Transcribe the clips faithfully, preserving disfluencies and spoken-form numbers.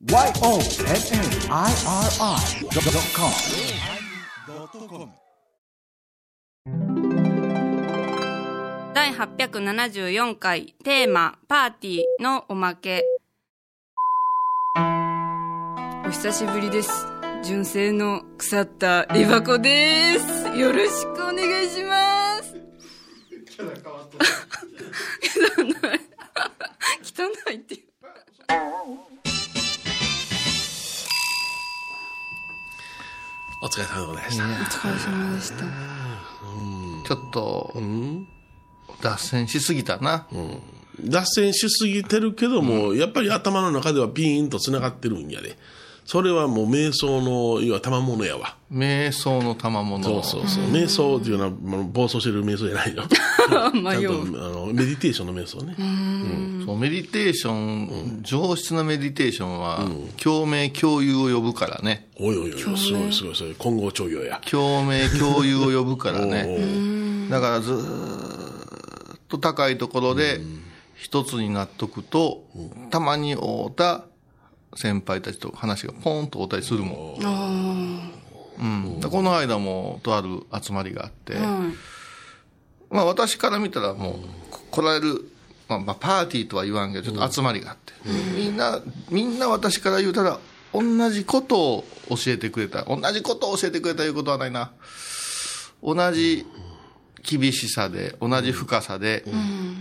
ワイオーエヌエヌアイアールアイドットコムだいはっぴゃくななじゅうよんかいテーマパーティーのおまけ。お久しぶりです。純正の腐ったエバコです。よろしくお願いします。 キャラ変わった。 汚いっていう。 お疲れ様でございました。 お疲れ様でした。 ちょっと、うん、脱線しすぎたな、 うん、脱線しすぎてるけども、うん、やっぱり頭の中ではピーンとつながってるんやで。それはもう瞑想の要は賜物やわ。 瞑想の賜物。 そうそうそう。瞑想っていうのは暴走してる瞑想じゃないよ。ちゃんとあのメディテーションの瞑想ね。 うん、そうメディテーション、うん、上質なメディテーションは、うん、共鳴共有を呼ぶからね。 おいおいおい、すごいすごいすごい。混合調教や。 共鳴共有を呼ぶからね。だからずーっと高いところで一つになっとくと、うん、たまに会うた先輩たちと話がポンと会ったりするもん。あ、うん、この間もとある集まりがあって、うん、まあ私から見たらもう来られる、まあ、まあパーティーとは言わんけどちょっと集まりがあって、うん、みんなみんな私から言うたら同じことを教えてくれた、同じことを教えてくれたいうことはないな、同じ厳しさで同じ深さで、うん、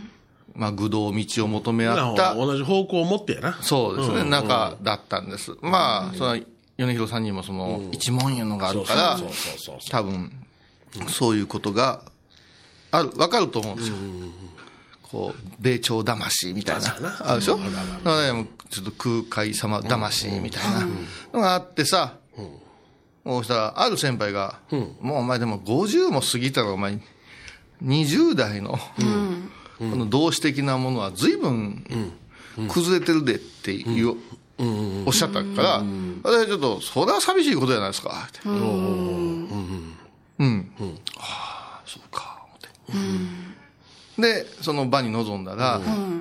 まあ、愚道道を求め合った同じ方向を持ってやな。 そうですね、うん、中だったんです。うん、まあその米広さんにもその一問いうのがあるから多分そういうことがある分かると思うんですよ。うん、こう米朝魂みたいなあるでしょ。だからちょっと空海様魂みたいなのがあってさ、もうしたらある先輩が、うん、もうお前でもごじゅうも過ぎたらお前にじゅう代の、うんこの同志的なものは随分崩れてるでっていう、うん、おっしゃったから、うん、私ちょっとそれは寂しいことじゃないですかって。うんうんうん、はあそうか思って、うん、でその場に臨んだら、うん、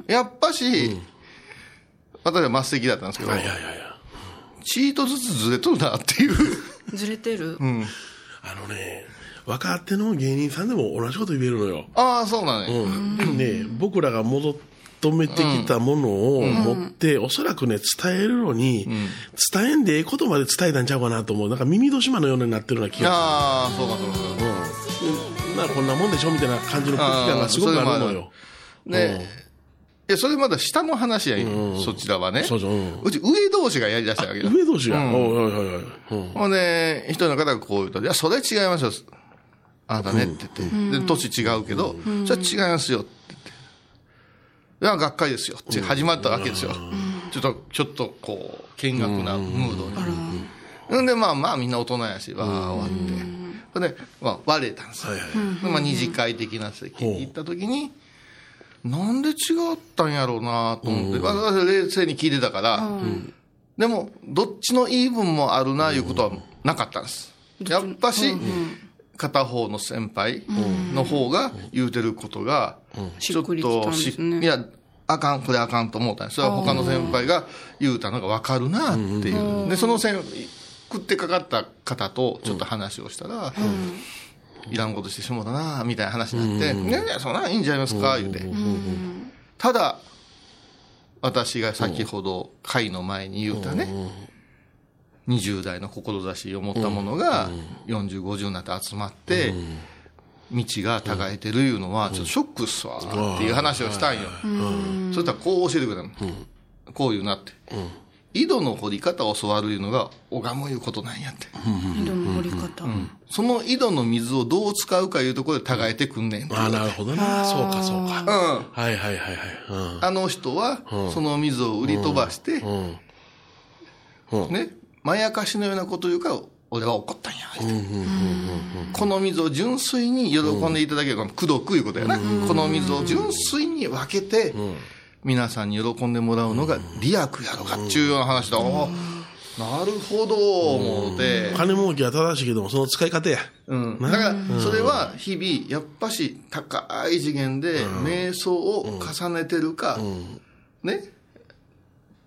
やっぱし、うん、私は末席だったんですけど、いやいやいやチートずつずれとるなっていうずれてる、 うん、 あのね若手の芸人さんでも同じこと言えるのよ。 ああそうなのね、 うん、ね僕らが求めてきたものを持って、うん、おそらくね伝えるのに、うん、伝えんでええことまで伝えたんちゃうかなと思う。なんか耳戸島のようになってるような気がする。 ああそうかそうか、 うん、まあこんなもんでしょみたいな感じの空気感がすごくあるのよ。 ねえ、うん、それまだ下の話や、うん、そちらはね。そうそう、うん、うち上同士がやりだしたわけよ。 上同士が、うん、おいおいおいおい、 ほんで一人の方がこう言うと、いやそれ違いますよあなたねって言って、うん、で年違うけど、うん、それは違いますよって言って、いやがっかりですよって始まったわけですよ、うん、ちょっとちょっとこう見学なムードに、うん、でまあまあみんな大人やしわー終わって、うん、で、まあ、割れたんですよ、はいはい、でまあ、二次会的な席に行った時に、うん、なんで違ったんやろうなと思って、うん、私冷静に聞いてたから、うん、でもどっちの言い分もあるないうことはなかったんです、うん、やっぱし、うんうん片方の先輩の方が言うてることがちょっとしっ、いやあかんこれあかんと思ったんですよ。他の先輩が言うたのが分かるなっていうで、その先食ってかかった方とちょっと話をしたら、うん、いらんことしてしもうたなみたいな話になって、いやいやそんなんいいんじゃないますか言うて、ただ私が先ほど会の前に言うたね、にじゅう代の志を持った者がよんじゅう、ごじゅうになって集まって道がたがえてるいうのはちょっとショックっすわっていう話をしたんよ。そしたらこう教えてくれたの、こう言うなって、井戸の掘り方を教わるいうのが拝むいうことなんやって。 井戸の掘り方、うん、 その井戸の水をどう使うかいうところでたがえてくんねんって。 ああなるほどな、そうかそうか、うん、はいはいはいはい、 うん、あの人はその水を売り飛ばして、うんうん、ねまやかしのようなこと言うから俺は怒ったんや、うんうんうんうん、この水を純粋に喜んでいただけるからくどくいうことやな、うん、この水を純粋に分けて、うん、皆さんに喜んでもらうのが利益やろかっちゅうような話だ、うん、なるほど思うて、 うん、金儲けは正しいけどもその使い方や、 うん、だからそれは日々やっぱし高い次元で瞑想を重ねてるか、うん、ね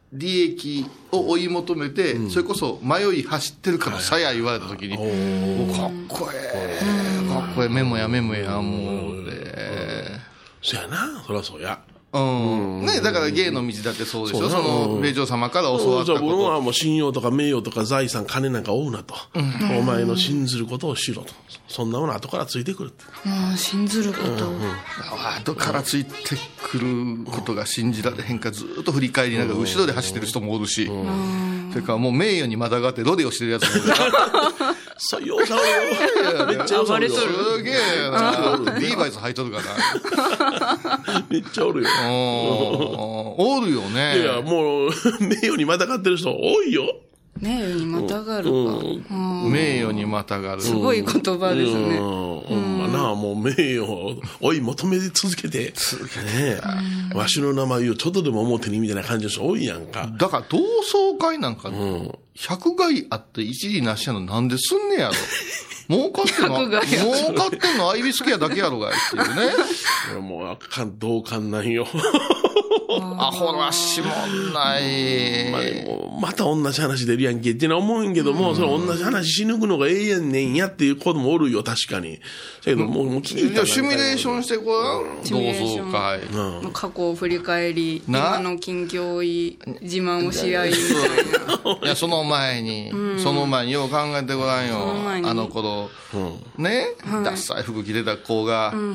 利益を追い求めて、うん、それこそ迷い走ってるからさや言われた時に、はい、かっこええかっこええメモやメモやもうでそやなそりゃそうやうんね、だから芸の道だってそうでしょ、その米朝様から教わったこと。 僕はもう信用とか名誉とか財産金なんか追うなと、うん、お前の信ずることをしろと、そんなもの後からついてくるって。 ああ信ずること、うんうん、 後からついてくることが信じられへんかずっと振り返りながら後ろで走ってる人もおるし、うん、それからもう名誉にまたがってロデオしてるやつもおるそうようさおるよめっちゃ暴れとるすげえなリーバイス履いとるかなめっちゃおるよおるよね。 いやもう名誉にまたがってる人多いよ。 名誉にまたがるか、 うんうん、名誉にまたがるすごい言葉ですね。 ほんまなもう名誉を追い求め続けて続けて、ね、わしの名前をちょっとでも表にみたいな感じの人多いやんか。 だから同窓会なんか、ね、ひゃく害あって一理なしやのなんですんねやろ儲かってんの儲かってんのアイビスケアだけやろがいっていうねもうあかん同感なんよアホらしもんない、 まあ、もうまた同じ話出るやんけってのは思うんけども、うん、その同じ話し抜くのがええやんねんやっていう子もおるよ確かに。だけどもう、うん、もう聞いたらシミュレーションしてこら、うん、同窓会、 うん、過去を振り返り今の近況を自慢をし合いみたいな。 いやその前に、うん、その前によう考えてごらんよあの頃、うん、ね、はい、ダッサい服着てた子が、うん、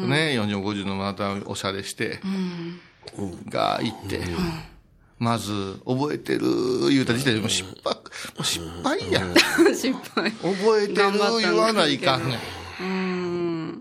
ねよんじゅうごじゅうのまたおしゃれして、うんが行って、うん、まず覚えてる言うた時点でも失敗、もう失敗やん失敗覚えてる言わないかんねん。 うん、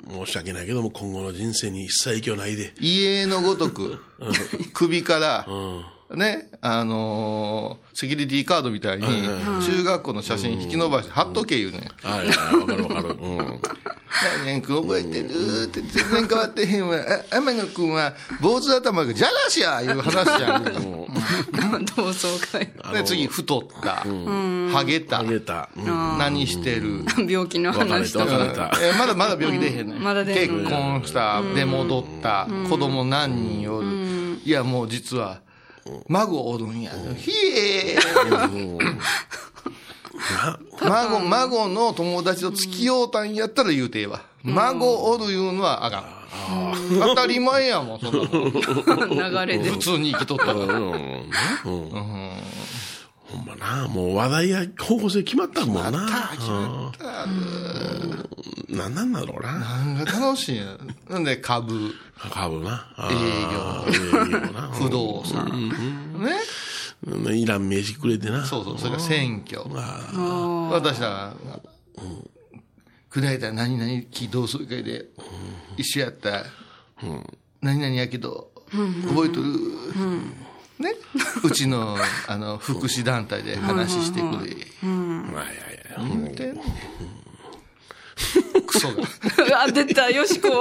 申し訳ないけども今後の人生に一切影響ないで家のごとく首から、うん、ねあのー、セキュリティカードみたいに中学校の写真引き伸ばして貼っとけ言うねん。 はいはいわかるわかる。うん何年く覚えてるって全然変わってへんわ。天野くんは坊主頭がじゃらしやいう話やん。 同窓会で次太った、うん、ハゲた、 ハゲた、 うん、何してる病気の話とか、 えー、まだまだ病気出へんね、うん、 まだ出へん結婚した、うん、出戻った、うん、子供何人おる、うん、いやもう実は孫おるんや、うん、ひえー孫、孫の友達と付き合うたんやったら言うてええわ。孫おる言うのはあかん。当たり前やもん、そんなの。流れで。 普通に生きとったら。うんうんうん、 ほんまな、もう話題や方向性決まったもんな。決まった、決まった。なんなんだろうな。 なんか楽しいや。なんで株。 株な。 営業。営業な。不動産。ね。 いらん名刺くれてな。 そうそう、それが選挙。私ら、くだいた何々期同窓会で一緒やった、何々やけど、覚えとる、ね、うちのあの福祉団体で話してくれ。いやいや、言うてんの。クソが。 あ、出た、よしこ。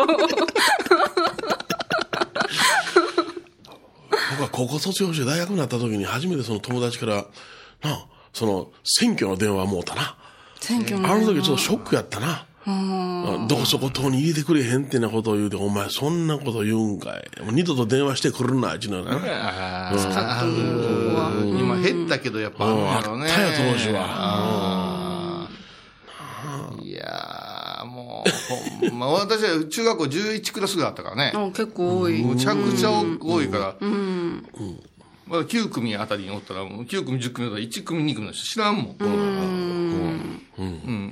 僕は高校卒業して大学になった時に初めてその友達からなその選挙の電話もうたな。 選挙の電話あの時ちょっとショックやったな。どこそこ党に入れてくれへんってなことを言うてお前そんなこと言うんかいもう二度と電話してくるなうちのな。 ああ、うん、今減ったけどやっぱあるんやろね。 あったよ当時は。 いやもうほんま私は中学校じゅういちクラスぐらいあったからね。 あ結構多い。 むちゃくちゃ多いから。うんうんまだきゅう組あたりにおったらきゅう組じゅう組だったらいち組に組の人知らんもん。うんうんうん、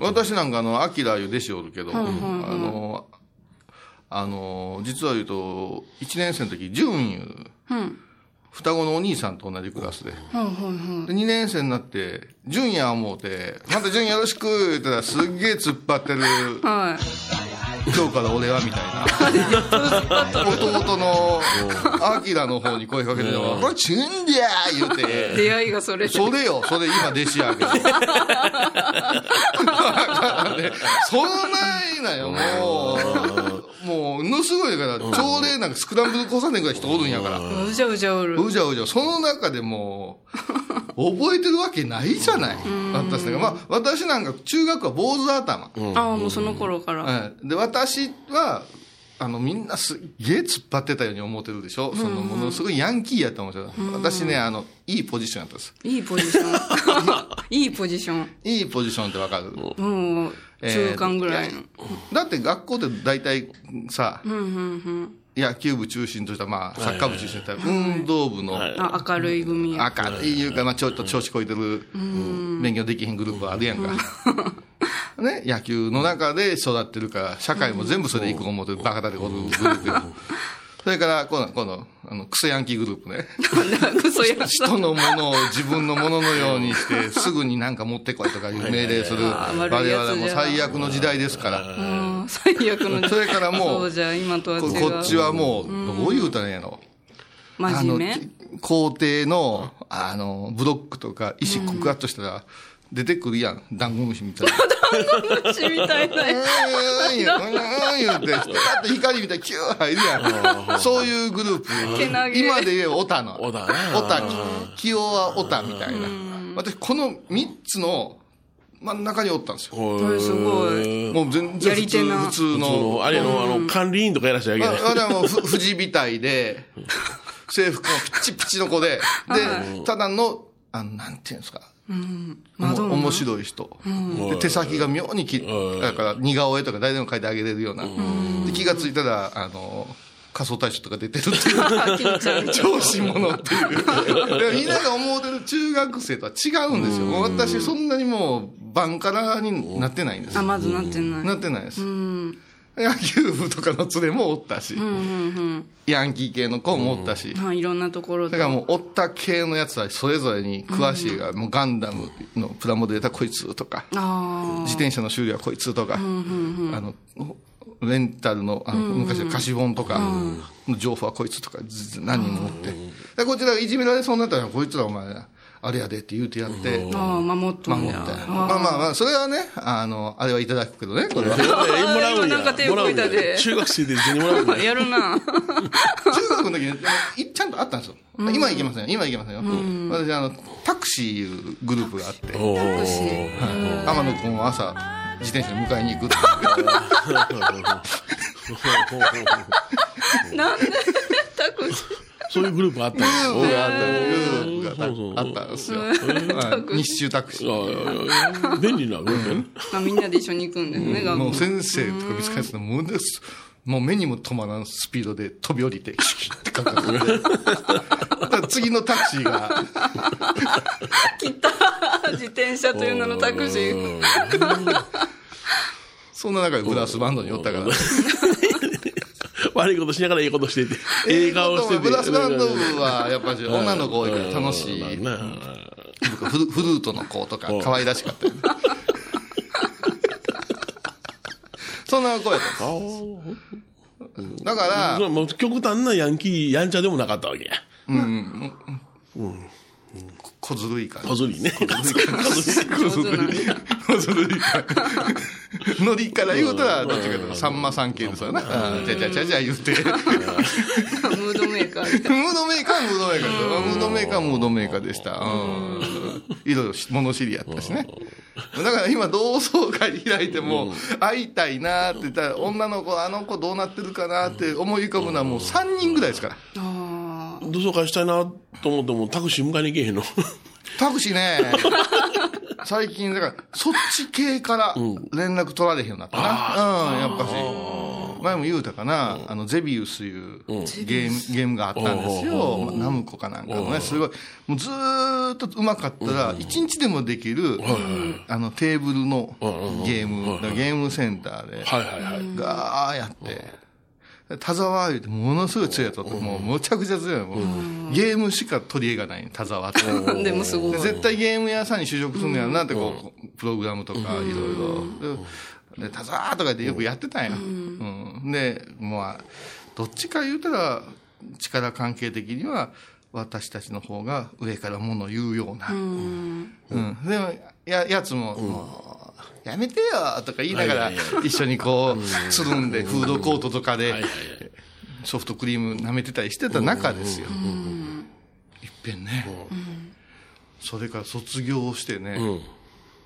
私なんかあのアキラいう弟子おるけど、うんうんうん、あのあの実は言うといちねん生の時純いう、うん、双子のお兄さんと同じクラスで、うんうんうん、でにねん生になって純や思うてまた純よろしく言ったらすっげえ突っ張ってる、はい、今日から俺はみたいな弟のアキラの方に声かけて「これチュンじゃ!」言うて出会いがそれそれよそれ今弟子やけどだからねそんないなよもうもうものすごいだから朝礼なんかスクランブル交差点ぐらい人おるんやからうじゃうじゃおるうじゃうじゃその中でも覚えてるわけないじゃない私なんか、まあ、私なんか中学は坊主頭、 うん、ああもうその頃から、 うん、で私はあのみんなすっげえ突っ張ってたように思ってるでしょ、そのものすごいヤンキーやったんですよ、私ねあのいいポジションやったんです。 いいポジションいいポジションいいポジションってわかる？ もう中間ぐらいの、 えー、だって学校って大体さ、うんうんうん、野球部中心とした、まあ、サッカー部中心とした運動部の、はいはい、 明るい組や明るいいうか、まあ、ちょっと調子こいてる勉強できへんグループあるやんか、ね、野球の中で育ってるから社会も全部それでいく思ってるバカだでおるグループやそれからこのこのあのクソヤンキーグループねクソヤンキー人のものを自分のもののようにしてすぐになんか持ってこいとかいう命令する我々も最悪の時代ですから、 うん、最悪の時代。 それからもうそうじゃ今とは違う。 こっちはもうどういう歌なんやろ、 真面目校庭のあのブロックとか石告発としたら出てくるやん、ダンゴムシみたいなダンゴムシみたいなうんうん言うてパッと光みたいにキュー入るやんそういうグループ今で言えばオタのオタ清はオタみたいな、私このみっつの真ん中におったんですよ。 すごい。 もう全然普通普通のあれのあの管理員とかやらせてあげない。 あれはもう富士みたいで制服もピチピチの子ででただのあのなんていうんですか。うん、面白い人、うん、で手先が妙にきだから似顔絵とか誰でも描いてあげれるような、うん、で気がついたらあの仮想大賞とか出てるっていう調子者っていうみんなが思うてる中学生とは違うんですよ、うん、私そんなにもうバンカラになってないんですよ。 あまずなってないなってないです、うん、野球部とかの連れもおったし、うんうんうん、ヤンキー系の子もおったし、 うん、いろんなところだからもうおった系のやつはそれぞれに詳しいが、うん、もうガンダムのプラモデルだこいつとか、自転車の修理はこいつとか、うんうんうん、あのレンタル の, あの、うんうん、昔の貸し本とかの情報はこいつとか何人も持って、うん、でこちらがいじめられそうになったらこいつらお前あれやでって言うてやって、 うん、あ守って守ってまあまあまあそれはねあのあれはいただくけどねこれはもらうんやなんか手をこいたで中学生で銭もらうんややるな中学の時にちゃんとあったんですよ、うん、今行けませんよ今行けませんよ、うん、私あのタクシーいうグループがあってタクシー、はい、天野君を朝自転車で迎えに行くってなんでタクシーそういうグループあったんですよ。 グループがあったんですよ。日中タクシー。 便利なグループね。 まあみんなで一緒に行くんですね、学校。 もう先生とか見つかるのもです。もう目にも止まらんスピードで飛び降りて、キュキュってかかって。次のタクシーが。 来た自転車という名のタクシー。 そんな中でブラスバンドに寄ったから。 悪いことしながらいいことしてて映画をしててブラスバンド部はやっぱり女の子多いから楽しい、うん、フルートの子とか可愛らしかったよねそんな子やったんですだからもう極端なヤンキーやんちゃでもなかったわけやうん、 うん小ずるいから小ずるいね小ずるい小ずるい小ずるいノリから言うたらどっちかというとさんまさん系ですよねじゃじゃじゃじゃ言ってムードメーカームードメーカームードメーカームードメーカームードメーカーでしたいろいろ物知りやったしねだから今同窓会開いても会いたいなって言ったら女の子あの子どうなってるかなって思い浮かぶのはもうさんにんぐらいですから同窓会したいなと思ってもタクシー迎えに行けへんのタクシーね最近だからそっち系から連絡取られへんようになったな、うん、やっぱし前も言うたかな、うん、あのゼビウスいうゲーム、ゲームがあったんですよ、まあ、ナムコかなんかのねすごいもうずーっとうまかったらいちにちでもできるあのテーブルのゲームゲームセンターでガーやって田沢言うてものすごい強いやつだともうむちゃくちゃ強いもうゲームしか取り柄がない田沢ってでもすごい絶対ゲーム屋さんに就職するんやろなってこうプログラムとかいろいろで田沢とかでよくやってたんや、うんうん、でまあどっちか言うたら力関係的には私たちの方が上からものを言うような、うんうん、でも や, やつも、うん、もうやめてよとか言いながら一緒にこうつるんでフードコートとかでソフトクリーム舐めてたりしてた中ですよ、うん、いっぺんね、うん、それから卒業してね、うん、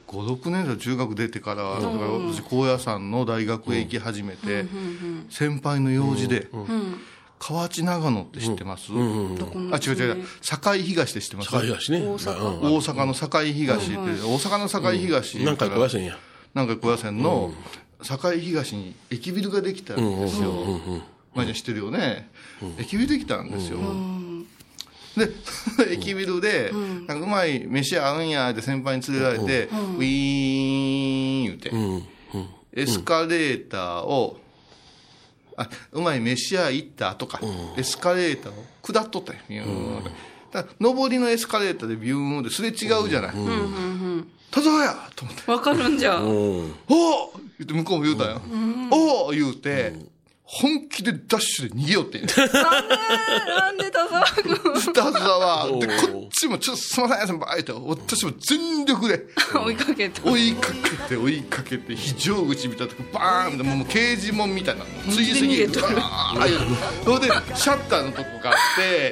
ご、ろくねん生中学出てから、だから私高野山の大学へ行き始めて、先輩の用事で、河内長野って知ってます？あ、違う違う、堺東って知ってます？ 堺東ね。 大阪。 大阪の堺東って、大阪の堺東。 なんか高野線や。 なんか高野線の堺東に駅ビルができたんですよ。まあじゃ知ってるよね。駅ビルできたんですよ。で、駅ビルで、なんかうまい飯あるんやって先輩に連れられて、ウィーン言うて、エスカレーターを、あ、うまい飯屋行った後か、エスカレーターを下っとったよ。だから上りのエスカレーターでビューンですれ違うじゃない。田沢やと思って。 わかるんじゃ。 おー言って向こうも言うたよ。おー言うて、本気でダッシュで逃げよってん。 なんでなんで田沢君。 田沢で、こっちもちょっとすいません、先輩って、私も全力で。 追いかけて。 追いかけて、追いかけて、非常口見たとき、バーンって、もう刑事門みたいなの。次々に、バーンそれで、シャッターのとこがあって、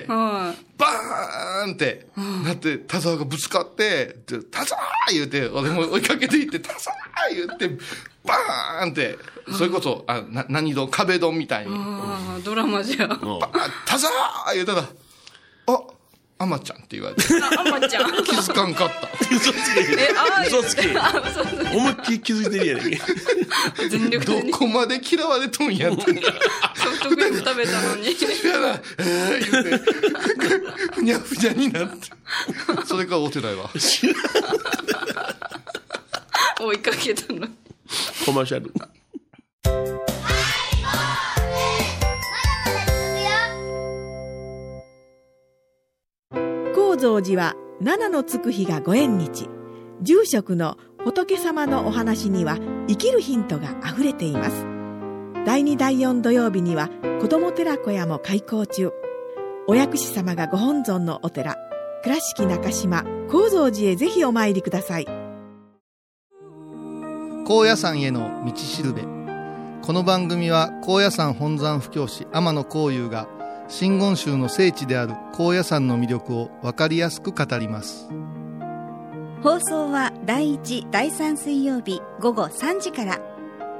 バーンってなって、田沢がぶつかって、田沢言うて、俺も追いかけていって、田沢言うて、バーンって、それこそ、あ、な、何丼壁丼みたいに。 ああ、ドラマじゃ。 バーン、田沢言うたら、あ、あまちゃんって言われて。 あまちゃん。 気づかんかった。 嘘つけ。 え、あ嘘つけ。 あ、嘘つけ。 思いっきり気づいてるやねん。 全力で。 どこまで嫌われとんやって。 ソフトクリーム食べたのに。 いやな、えー、言うて、ふにゃふにゃになって。それからおてないわ。 追いかけたの。 コマーシャル。 高蔵寺は七のつく日がご縁日。住職の仏様のお話には生きるヒントがあふれています。だいにだいよん土曜日には子ども寺小屋も開校中。お薬師様がご本尊のお寺、倉敷中島・高蔵寺へぜひお参りください。 高野山への道しるべ。この番組は高野山本山布教師天野幸雄が真言宗の聖地である高野山の魅力を分かりやすく語ります。 放送はだいいち、だいさん水曜日午後さんじから。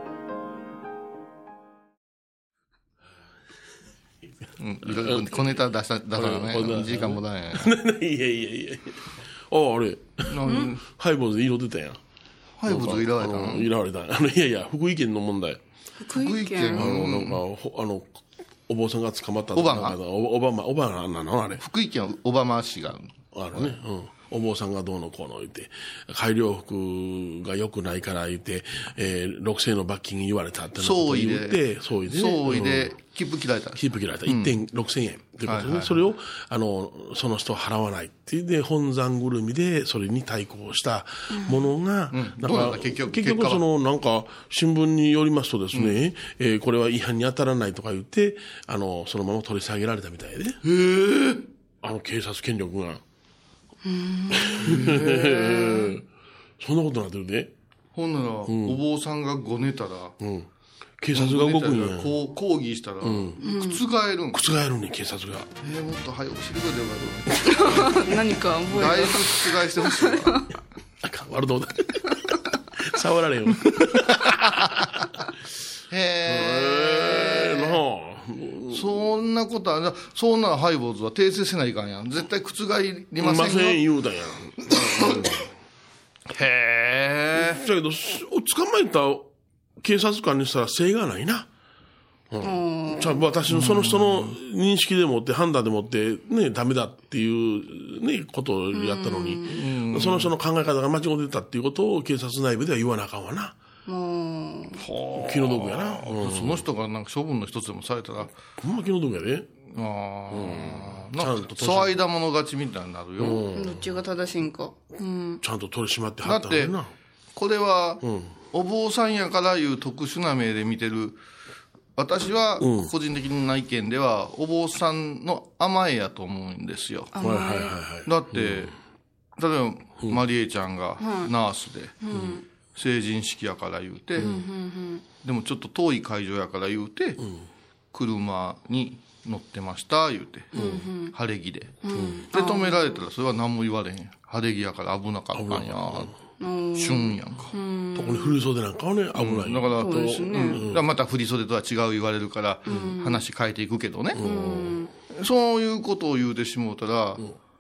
うん、いろいろ小ネタ出した、出さなね。時間もだね。 いやいやいやあ、あれ。ハイボーズで色出たやん。 ハイボーズいらわれたの？ いらわれた。あの、いやいや、福井県の問題。 福井県。 あの、なんか、あの、お坊さんが捕まった。 オバマオバマ、オバマなのあれ。 福井県はオバマ氏が。 あるね。うん。お坊さんがどうのこうの言って、改良服が良くないから言って、えー、ろくせんえんの罰金言われたって総意で。 言って、総意で、ね。 総意で、切符切られた。 切符切られた。いってんろくせんえん。ということで、それを、あの、その人は払わないっていうで、本山ぐるみで、それに対抗したものが、 うん、 だから、結局、結局その、なんか、新聞によりますとですね、うん、えー、これは違反に当たらないとか言って、あの、そのまま取り下げられたみたいで。へぇあの、警察権力が。 うん。 そんなことなってるで。 ほんなら、うん、お坊さんがごねたら、 うん、警察が動くんや。 こう抗議したら、うん、覆るん。 覆るね、警察が。 えー、もっと早く知るかでよかった。 何か覚えた。 だいぶ覆してほしいわ。 あかん、悪どうだ。触られよ。 へー。なあ。そんなことは、そんなハイボーズは訂正せないかんやん。絶対覆りませんよ。 ません言うたんやん。 へー。 だけど、捕まえた警察官にしたら正がないな。うん。じゃあ私のその人の認識でもって判断でもってね、ダメだっていうね、ことをやったのに、その人の考え方が間違ってたっていうことを警察内部では言わなあかんわな。もう気の毒やな、 うん、その人がなんか処分の一つでもされたらほんま気の毒やで。 ああ、うん、なんか騒いだ者勝ちみたいになるよ、 うん、どっちが正しいんか、 うん、ちゃんと取り締まってはったんだよな。 だってこれは、うん、お坊さんやからいう特殊な目で見てる。私は個人的な意見では、うん、お坊さんの甘えやと思うんですよ。 はいはいはいはい。 だって、うん、例えば、うん、マリエちゃんがナースで、うん、成人式やから言うて、うん、でもちょっと遠い会場やから言うて、うん、車に乗ってました言うて、うん、晴れ着で、うん、で止められたらそれは何も言われへん。晴れ着やから危なかったんや。 旬やんか。 特に振り袖なんかはね、危ない。 だからあと、 そうですねうんだからまた振り袖とは違う言われるから、話変えていくけどね、そういうことを言うてしもうたら、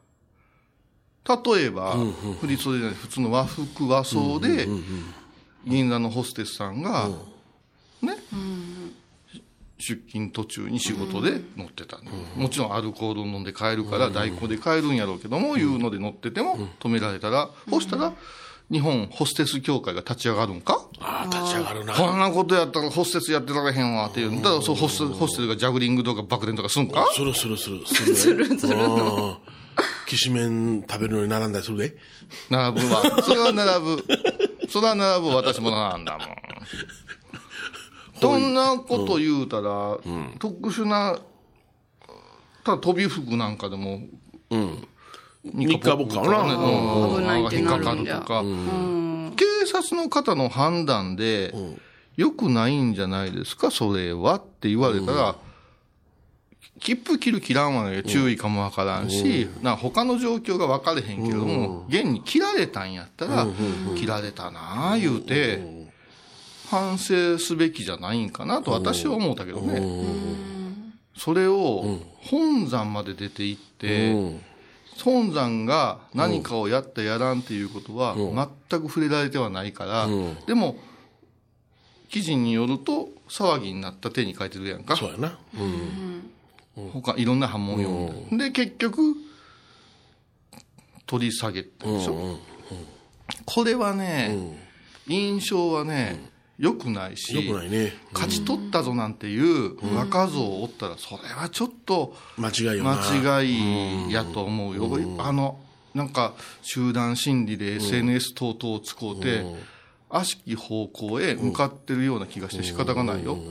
例えば、振り袖じゃない普通の和服和装で、銀座のホステスさんが、ね、出勤途中に仕事で乗ってた、もちろんアルコールを飲んで帰るから代行で帰るんやろうけども、いうので乗ってても止められたら、そしたら日本ホステス協会が立ち上がるんか。 ああ、立ち上がるな。 こんなことやったらホステスやってられへんわって言うんだら、そうホステス、ホステスがジャグリングとかバク転とかすんか。 するするする。するするの。きしめん食べるのに並んだりするで。 並ぶわ。それは並ぶ。それは並ぶ。私も並んだもん。そんなこと言うたら、うん、特殊な、ただ飛び服なんかでも、うん、 日課僕かな、 うん、危ないってなるんじゃ。 引っかかるとか、うん、警察の方の判断で、うん、良くないんじゃないですか、それはって言われたら、うん、切符切る切らんは注意かもわからんし、うん、なんか他の状況が分かれへんけれども、うん、現に切られたんやったら、うん、切られたなあ言うて、うん、反省すべきじゃないんかなと私は思ったけどね。うん、それを本山まで出て行って、うん、本山が何かをやったやらんっていうことは全く触れられてはないから、うん、でも記事によると騒ぎになった手に書いてるやんか。 そうやな。うん他いろんな波紋を読んで、うん、で結局取り下げたでしょ、うんうんうん、これはね、うん、印象はね、うん、良くないし、 良くないね、うん、 勝ち取ったぞなんていう若造をおったらそれはちょっと間違いよな、 間違いやと思うよ、うん、あのなんか集団心理で エスエヌエス 等々を使うて、うん、悪しき方向へ向かってるような気がして仕方がないよ、うん、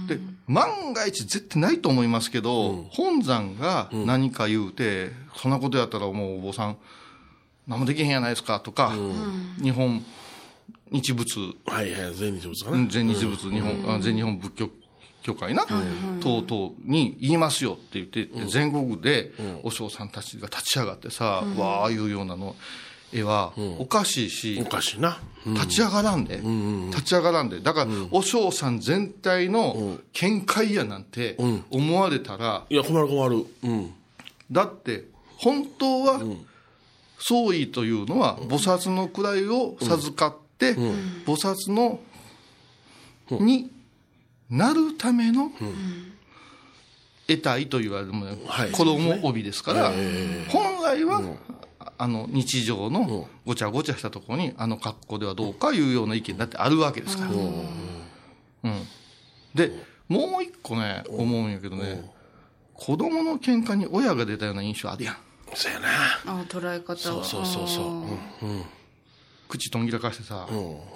で万が一絶対ないと思いますけど、うん、本山が何か言うて、うん、そんなことやったらもうお坊さん何もできへんやないですかとか、うん、日本日仏、 はいはい、全日仏かな、 全日仏、日本、うん、全日本仏教協会な、うん、等々に言いますよって言って、うん、全国でお嬢さんたちが立ち上がってさ、うん、わあいうようなの絵はおかしいし、 うん、おかしいな、 うん、立ち上がらんで、うん、立ち上がらんで、だから、うん、お嬢さん全体の見解やなんて思われたら、 うん、いや困る困る、うん、 だって本当は、うん、僧衣というのは菩薩の位を授かって、うん、菩薩の、うん、になるための、うん、得体と言われるもの、はい、衣帯ですから、本来は、うんあの日常のごちゃごちゃしたところにあの格好ではどうかいうような意見だってあるわけですから、うんうん、でもう一個ね思うんやけどね、子供の喧嘩に親が出たような印象あるやん。 そうやなあ捉え方はそうそうそうそう、うんうん、 口とんぎらかしてさ、うん、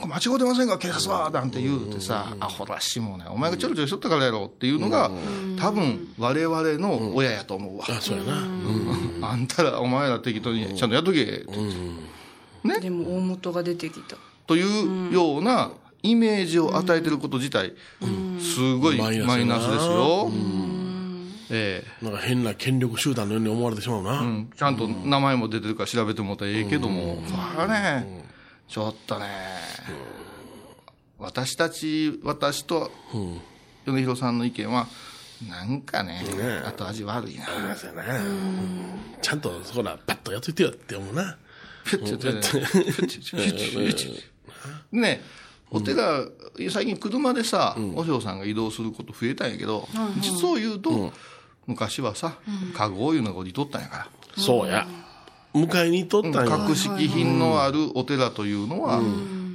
間違ってませんか警察はなんて言うてさ、うんうん、アホらしもねお前がちょろちょろしとったからやろっていうのが、うん、多分我々の親やと思うわ、 うん、あそうやな、うんうん、あんたらお前ら適当にちゃんとやっとけって、うんね、でも大元が出てきたというようなイメージを与えてること自体、うん、すごいマイナスですよ、うんええ、なんか変な権力集団のように思われてしまうな、 うん、ちゃんと名前も出てるから調べてもらったらええけども、うん、それはね、うん、ちょっとね、うん、私たち私と米広さんの意見はなんかね、うん、後味悪いな、うん、 ちゃんとそこらパッとやっといてよって思うな。 ペッてやってねお寺最近車でさ、うん、お嬢さんが移動すること増えたんやけど、うん、実を言うと、うん、昔はさ、うん、カゴいうのが降りとったんやから、 うん、そうや迎えにとったんや、 格式品のあるお寺というのは、うん、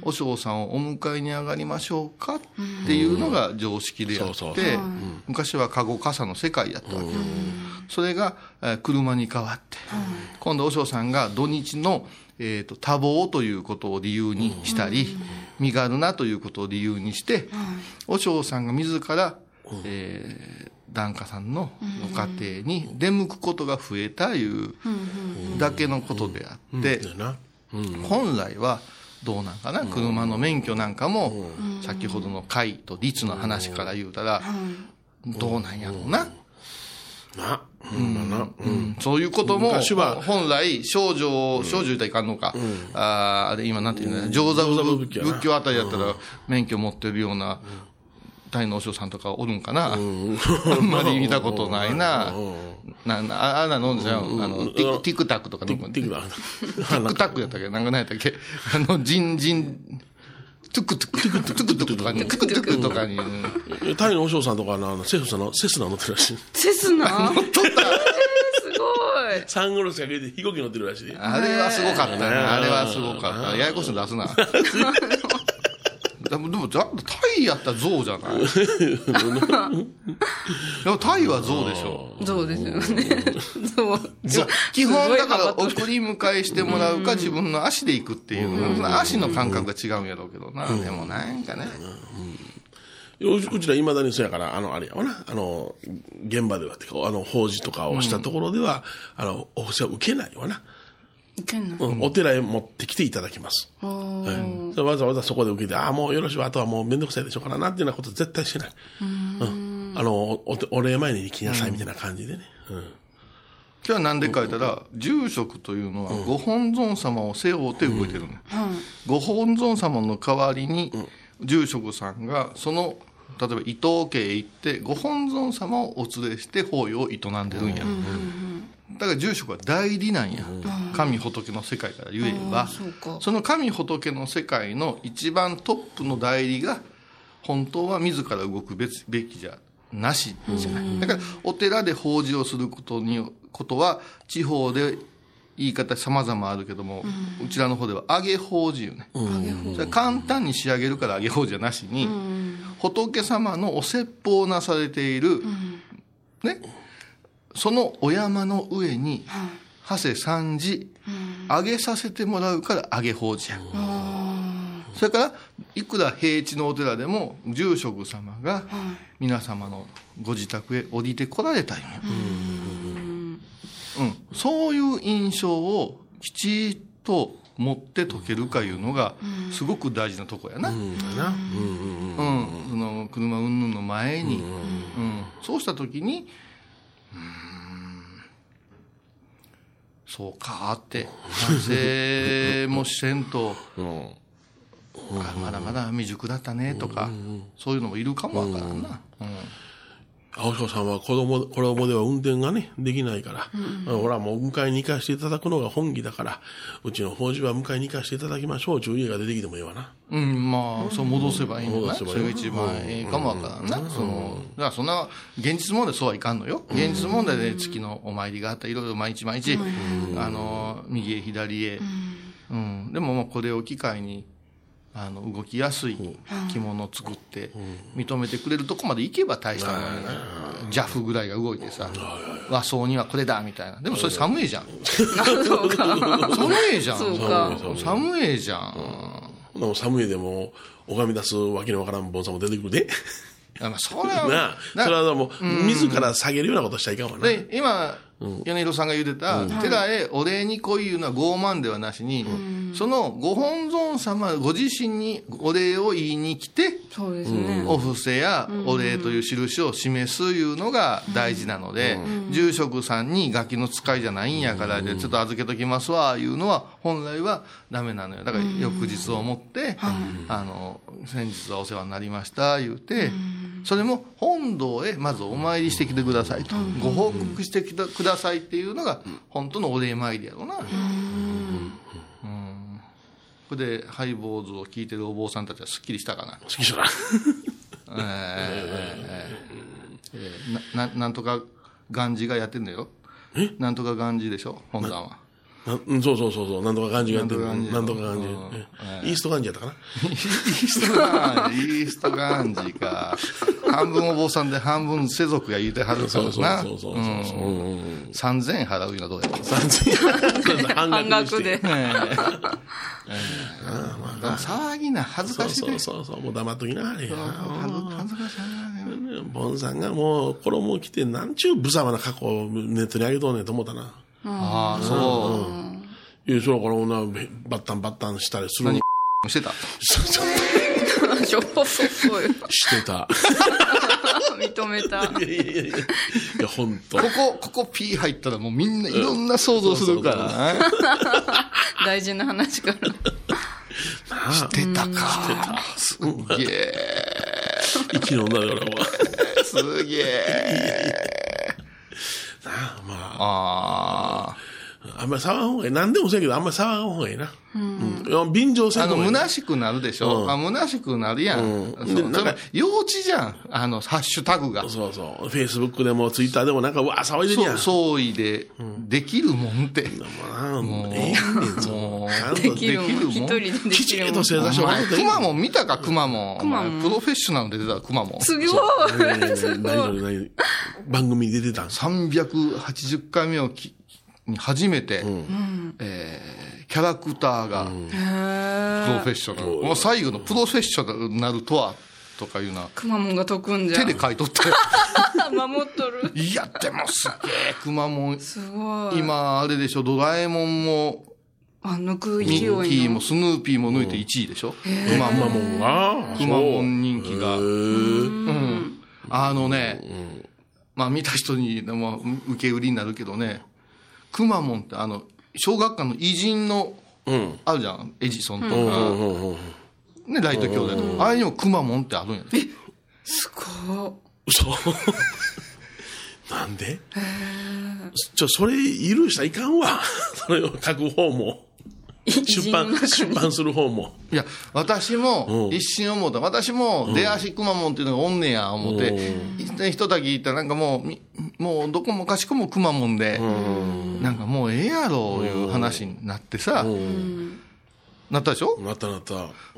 お嬢さんをお迎えに上がりましょうかっていうのが常識であって、昔はカゴ傘の世界やったわけ、うん、それが車に変わって、うん、今度お嬢さんが土日のえーと、多忙ということを理由にしたり、うん、身軽なということを理由にして、うん、お嬢さんが自ら、うんえー、檀家さんのご家庭に出向くことが増えたいうだけのことであって、うんうん、本来はどうなんかな、うん、車の免許なんかも、うん、先ほどの会と律の話から言うたら、うん、どうなんやろうな、 な、うんまあなうん、 そういうことも昔は本来少女少女言ったらいかんのか、うん、ああれ今なんていうのね、上座仏教あたりだったら免許持ってるような大の和尚さんとかおるんかな、うん、あんまり見たことないな、ななあんなのじゃん、あのティクティクタクとかティクティクタクやったっけ、なんか何やったっけ、あのジンジントゥクトゥクトゥクトゥクトゥクとかにトゥクトゥクとかにタイの和尚さんとかのセスナのセスナ乗ってるらしい。 セスナ乗っとった。すごい。 サングラスかけて飛行機乗ってるらしい。 あれはすごかったね。あれはすごかった。ややこしいの出すな。でも、でもタイやったら象じゃない。でもタイは象でしょ。 象ですよね。象。 基本だから送り迎えしてもらうか自分の足で行くっていう。足の感覚が違うんやろうけどな。でもなんかね。 うちら未だにそうやから、あの、あれやわな。あの、現場ではってか、あの、法事とかをしたところでは、あの、お布施は受けないわな。うん、お寺へ持ってきていただきます。はい、わざわざそこで受けて、ああ、もうよろしいわ、あとはもうめんどくさいでしょうからな、っていうようなこと絶対してない。うん、あのお、お礼前に来なさいみたいな感じでね。うんうん、 今日はなんでか言ったら、住職というのはご本尊様を背負って動いてるの、うんうん、ご本尊様の代わりに、住職さんがその、例えば伊藤家へ行って、ご本尊様をお連れして法要を営んでるんや。うんうんうん、だから住職は代理なんや、うん、神仏の世界から言えば、そ, その神仏の世界の一番トップの代理が本当は自ら動くべきじゃなしじゃない、うん、だからお寺で法事をすることにことは地方で言い方様々あるけども、うん、うちらの方では揚げ法事よね、うん、それ簡単に仕上げるから揚げ法事はなしに、うん、仏様のお説法をなされている、うん、ね、そのお山の上に、はせ三時、あげさせてもらうからあげ法事や。それから、いくら平地のお寺でも、住職様が皆様のご自宅へ降りてこられたよね。うん、そういう印象をきちっと持って解けるかいうのが、すごく大事なとこやな。うん。その車云々の前に、うん、そうしたときに、うーんそうかって、反省もせんと、うん、あまだまだ未熟だったねとか、うん、そういうのもいるかもわからんな。うんうん、 青潮さんは子供、子供では運転がね、できないから、うん、ほらもう迎えに行かせていただくのが本義だから、うちの法事は迎えに行かせていただきましょう、注意が出てきてもいいわな。 うん、まあ、そう戻せばいいのね。それが一番いいかもわからんな。うん、その、だからそんな、現実問題そうはいかんのよ。現実問題で月のお参りがあった、いろいろ毎日毎日、うん、あの、右へ左へ。うん、うん、でもまあこれを機会に、あの動きやすい着物を作って認めてくれるとこまで行けば大したもんやね。ジャフぐらいが動いてさ、和装にはこれだみたいな。でもそれ寒いじゃん。 そうか。 寒いじゃん。 そうか。 寒いじゃん。 でも寒いでも拝み出すわけのわからん坊さんも出てくるで。 まあ、それはなあ、それはもう自ら下げるようなことしちゃいかんわな。 で今米広さんが言うてた、うん、寺へお礼に来いいうのは傲慢ではなしに、うん、そのご本尊様ご自身にお礼を言いに来て、 そうですね、 お布施やお礼という印を示すいうのが大事なので、うん、住職さんにガキの使いじゃないんやから、うん、ちょっと預けときますわいうのは本来はダメなのよ。だから翌日をもって、うん、あの先日はお世話になりました言うて、うん、それも本堂へまずお参りしてきてくださいと、うん、ご報告してきてくださいっていうのが本当のお礼参りやろうな。うん、うん、これでハイボーズを聞いてるお坊さんたちはすっきりしたかな。 すっきりしたな。 えーえーえー、な, な, なんとかガンジがやってんだよ。 えなんとかガンジでしょ本山は。 なそうそうそうそう、なんとかガンジがやってる。なんとかガンジ、うんえー、イーストガンジやったかな。 イーストガンジイーストガンジか。半分お坊さんで半分世俗が言うてはるからな。そうそうそうそう、うん、さんぜんえん払うのはどうやった。 さんぜんえん半額で、 えーえー、騒ぎな恥ずかしいで。 そうそうそうそう、もう黙っときなあれや。 恥ずかしいな。 ボンさんがもう衣を着てなんちゅう無様な過去をネットに上げとんねんと思ったな。 ああ、そう。 うんいや、そらから女バッタンバッタンしたりする。 何してた？ しょっぽそうよ。 してた。 認めた。 いやいやいやいや、本当。 ここ、ここ P 入ったらもうみんないろんな想像するからね。 大事な話から。 してたか。すげえ。 息の女だからもう。 すげえ。 なあ、まあ。 ああ。 あんまり騒がん方がいい。何でもそうやけど、あんまり騒がん方がいいな。うん。便乗せんあの、 方がいい。 虚しくなるでしょ、うん、あ、虚しくなるやん。うん、そうなんか幼稚じゃん。あの、ハッシュタグが。 そうそう。フェイスブックでもツイッターでもなんか、うわ、騒いでるやん。 そう、騒いで、できるもんって。 うん、もう、ええやねん、 もう。 できるもん。一人でできるもん。 きちんと正座してもらって。 くまモン見たか、くまモン。くまモン。プロフェッショナルで出たくまモン。 すごい。すごい。 何何番組に出てたんさんびゃくはちじゅっかいめをき、に初めて、うんえー、キャラクターが、プロフェッショナル。もう最後のプロフェッショナルとは、とかいうな。 くまモンが解くんじゃん。 手で書いとって。 守っとる。 いや、でもすげえ、くまモン。 すごい。 今、あれでしょ、ドラえもんも、 あ、抜く勢いの。ミッキーもスヌーピーも抜いていちいでしょ。 くまモンがくまモン人気が。うん。あのね、まあ見た人に、も受け売りになるけどね、くまモンってあの、小学館の偉人の、うん、あるじゃん。エジソンとか、うん、ね、ライト兄弟とか、うん、あれにもくまモンってあるんや。 え、すごい。 そう。なんでちょ、それ許したらいかんわ。それを書く方も。出版、出版する方も。 いや、私も一瞬思った。私も出足くまモンっていうのがおんねや思って、ひとたき言ったらなんかもう、もうどこもかしこもくまモンで、なんかもうええやろいう話になってさ、なったでしょ？ なったなった。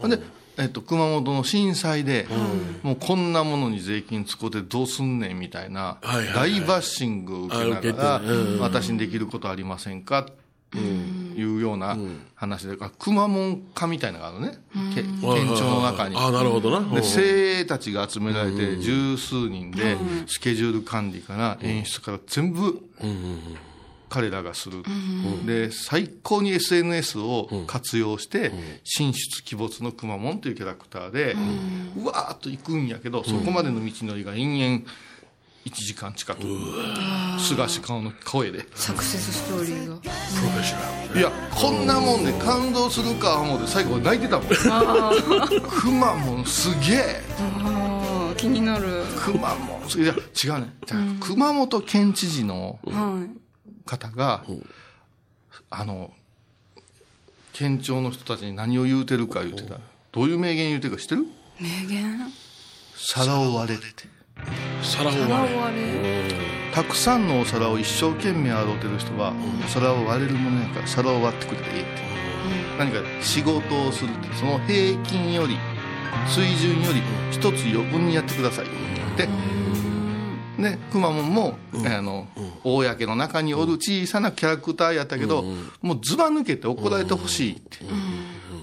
で、えっと、熊本の震災で、もうこんなものに税金使ってどうすんねんみたいな、大バッシングを受けながら、私にできることありませんかっていうような話で、くまモン課みたいなのがあるね、県庁の中に。 あ、なるほどな。 で、精鋭たちが集められて、十数人で、スケジュール管理から演出から全部、彼らがする、うん、で最高に エスエヌエス を活用して、うん、神出鬼没のくまモンというキャラクターで、うん、うわーっと行くんやけど、そこまでの道のりが延々いちじかん近く、菅氏顔の声でサクセスストーリーがプロフェッショナル。 いや、こんなもんで感動するか思うて最後泣いてたもん。くまモンすげえ、 気になる。 くまモンいや違うね、じゃあ、うん、熊本県知事の、はい方が、うん、あの県庁の人たちに何を言うてるか言うてた。どういう名言言うてるか知ってる？ 名言？ 皿を割れって。 皿を割れ。 たくさんのお皿を一生懸命洗うてる人は、うん、皿を割れるものやから皿を割ってくれていいって、うん、何か仕事をするってその平均より水準より一つ余分にやってくださいって。ね、くまモンも、うん、あの、うん、公の中におる小さなキャラクターやったけど、うん、もうずば抜けて怒られてほしいって、うん、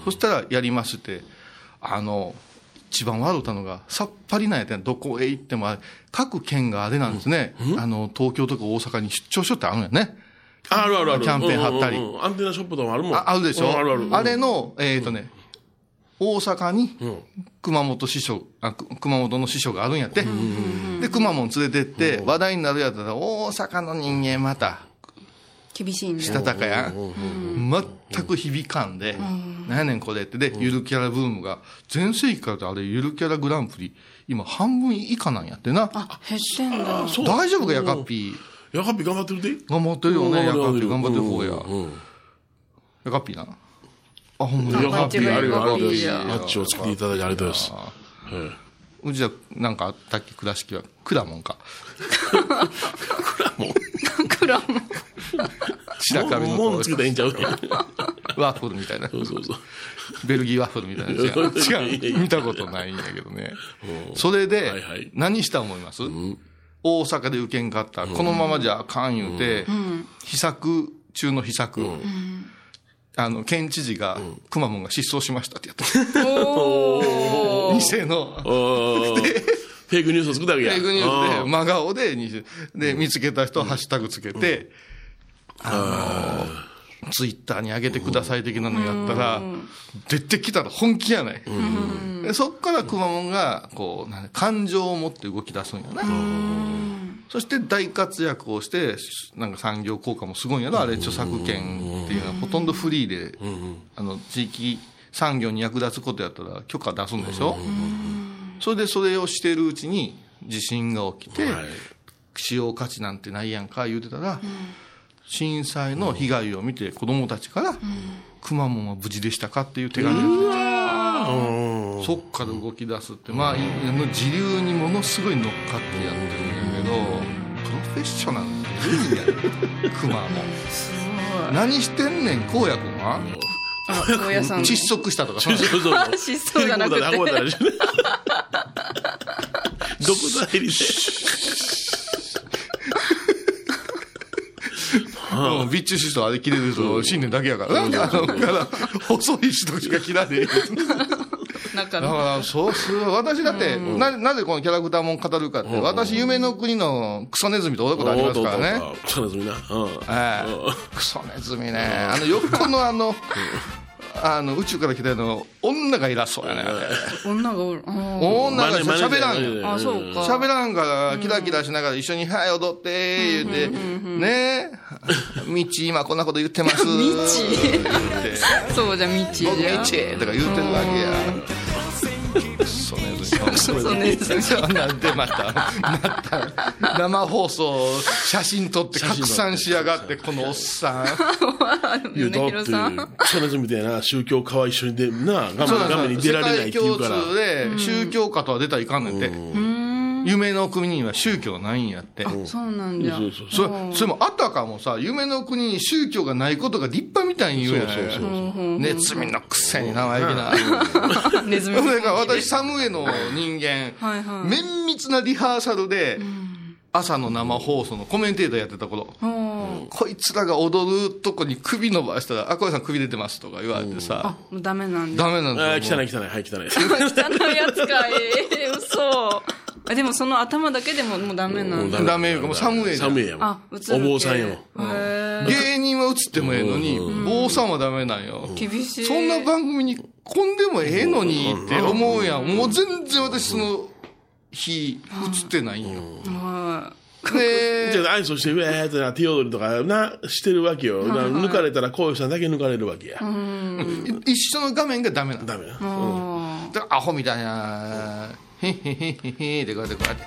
そしたらやりますって、あの一番笑ったのがさっぱりなんやって、どこへ行っても各県があれなんですね、うん、あの東京とか大阪に出張所ってあるんやね。 あるあるある。 キャンペーン貼ったり、 うんうんうん、アンテナショップとかあるもん。 あ, あるでしょ、うん、 あるある、うん、 あれのえっ、ー、とね、大阪に熊本支所、あ、熊本の支所があるんやって。で、くまモン連れてって話題になるやったら、大阪の人間また厳しいんしたたかや、全く響かんで、何やねんこれって。で、ゆるキャラブームが全盛期からあれゆるキャラグランプリ今半分以下なんやってな。 あ、減ってんだ。 大丈夫か、ヤカッピー。ヤカッピー頑張ってるで。 頑張ってるよね、ヤカッピー頑張ってる方や。ヤカッピーな。あ、ほんまに。 ヤカッピーありがとうございます。マッチを作っていただいてありがとうございます。 うちはなんかあったっけ、倉敷は。クラモンか。 クラモンクラモン。 白壁の。 もんつけたらいいんちゃうワッフルみたいな。 そうそうそう。 ベルギーワッフルみたいな。違う。違う。見たことないんやけどね。それで、何した思います？大阪で受けんかった。このままじゃあかん言うて、秘策中の秘策。あの、県知事が、くまモンが失踪しましたってやった。おー偽の。 フェイクニュースを作ったわけや。 フェイクニュースで、真顔で、で、見つけた人はハッシュタグつけて、あの、ツイッターに上げてください的なのやったら、出てきたら本気やない。 でそっからくまモンがこうなん感情を持って動き出すんやな。そして大活躍をしてなんか産業効果もすごいんやろあれ。著作権っていうのはほとんどフリーであの地域産業に役立つことやったら許可出すんでしょ。それでそれをしてるうちに地震が起きて、はい、使用価値なんてないやんか言うてたら、震災の被害を見て子供たちからくまモンは無事でしたかっていう手紙が来て、そっから動き出すって、まあ時流にものすごい乗っかってやってるんだけど、プロフェッショナルっていいやんくまモン。何してんねんこうやくんは。 高野山窒息したとか。そうそうそう失踪じゃなくてどこだ入りでもう備中シストあれ切れると信念だけやからなんであのから細い人しか切らねえだからそうする私だって、うん、な, なぜこのキャラクターも語るかって、うん、私夢の国のクソネズミとおったことありますからね。 クソネズミな、うんえー、クソネズミね、あの横のあのあの宇宙から来たの女が偉そうやね。 女がおる。 女が喋らんよ。あ、そうか。 喋らんからキラキラしながら一緒にはい踊って言って、ねえ、ミッチ今こんなこと言ってます。 ミッチそうじゃミッチじゃ。 僕ミッチとか言ってるわけや。そうね。 そうね。 そうなんでまたまた生放送写真撮って拡散しやがってこのおっさん。 いやだってクソネズミみたいな宗教家は一緒に出な画面画面に出られないっていうから。 世界共通で宗教家とは出たらいかんねんて。夢の国には宗教ないんやって。 あ、そうなんだ。 そうそうそれそれもあたかもさ夢の国に宗教がないことが立派みたいに言うやん。そうそうそうネズミのくせに生意気な。 ネズミ。 それから私サムエの人間、はいはい、綿密なリハーサルで、うん、朝の生放送のコメンテーターやってた頃、うん、こいつらが踊るとこに首伸ばしたら、あ、小林さん首出てますとか言われてさ、 あ、もうダメなんだ。 ダメなんだ。 あ、汚い汚い、はい、汚い。 汚いやつかい。えー、嘘。でもその頭だけでももうダメなんだ。 ダメよ。もうサムエサムエやもん。 あ、映る。 お坊さんよ。 芸人は映ってもええのに、坊さんはダメなんよ。 厳しい。 そんな番組にこんでもええのにって思うやん。もう全然私その日映ってないんよ。はい。 で、じゃあアイスをして、ウェーってな、手踊りとかな、してるわけよ。抜かれたら、こういう人だけ抜かれるわけや。 一緒の画面がダメなの。 ダメな。 だからアホみたいな、へへへへへってこうやってこうやって。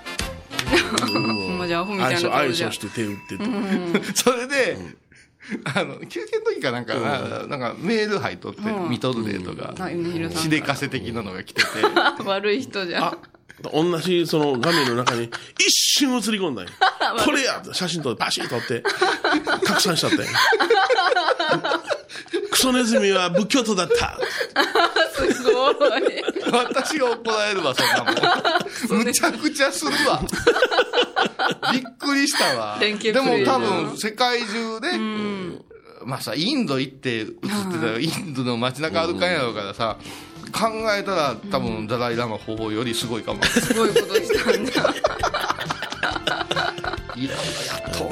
ほんまじゃアホみたいなアイスをして手打ってて。 それで、あの、休憩の時かなんかな、なんかメール入っとって、見とるでとか、しでかせ的なのが来てて。 悪い人じゃん。 同じその画面の中に一瞬映り込んだよ。これや写真撮ってパシッと撮って拡散しちゃったよ。クソネズミは仏教徒だった。 すごい。 私が怒られるわ、そんなもん。むちゃくちゃするわ。びっくりしたわ。でも多分世界中で、まあさ、インド行って映ってたらインドの街中歩かんやろうからさ、考えたら多分ダライラマ法よりすごいかも。 すごいことしたんだ。 いろいろやっと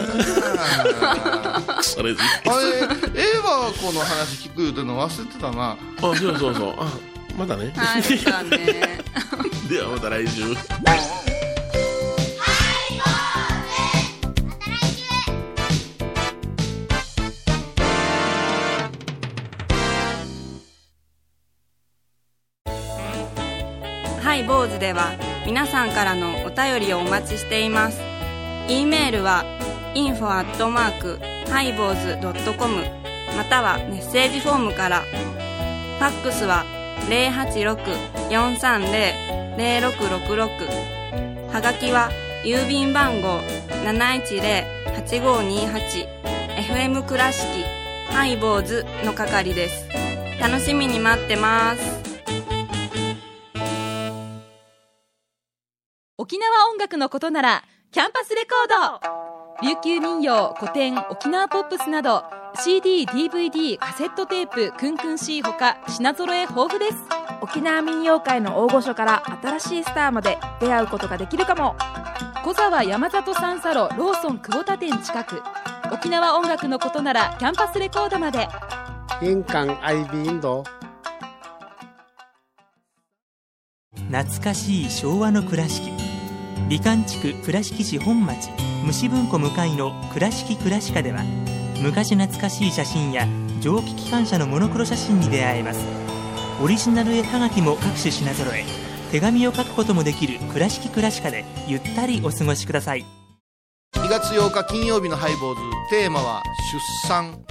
うな。 それであれ、エヴァ子の話聞く言うての忘れてたな。 あ、そうそうそう。あ、またね。 はい、またね。 ではまた来週。 ハイボーズでは皆さんからのお便りをお待ちしています。 E メールは インフォ アットマーク ハイボーズ ドットコム またはメッセージフォームから。ファックスは ゼロはちろく よんさんゼロ ゼロろくろくろく はがきは郵便番号 なないちゼロ はちごにはち エフエム 倉敷ハイボーズの係です。楽しみに待ってます。 沖縄音楽のことならキャンパスレコード。琉球民謡、古典、沖縄ポップスなど シーディー、ディーブイディー、カセットテープ、クンクン C ほか品揃え豊富です。 沖縄民謡界の大御所から新しいスターまで出会うことができるかも。 小沢山里三佐路ローソン久保田店近く。沖縄音楽のことならキャンパスレコードまで。 印港 I B 印度懐かしい昭和の倉敷。美観地区倉敷市本町虫文庫向かいの倉敷倉歯科では、昔懐かしい写真や蒸気機関車のモノクロ写真に出会えます。オリジナル絵はがきも各種品揃え、手紙を書くこともできる倉敷倉歯科でゆったりお過ごしください。 にがつようか金曜日のハイボーズ、テーマは出産。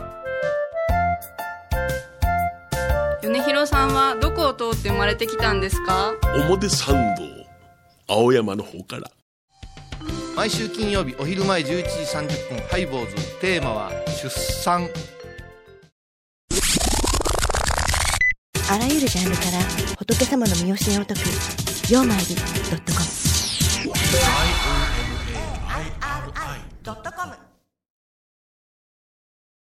米広さんはどこを通って生まれてきたんですか？ 表参道青山の方から。 毎週金曜日お昼前じゅういちじさんじゅっぷん、ハイボーズ、テーマは出産。 あらゆるジャンルから仏様の身教えを説くようまいり .com ドットコム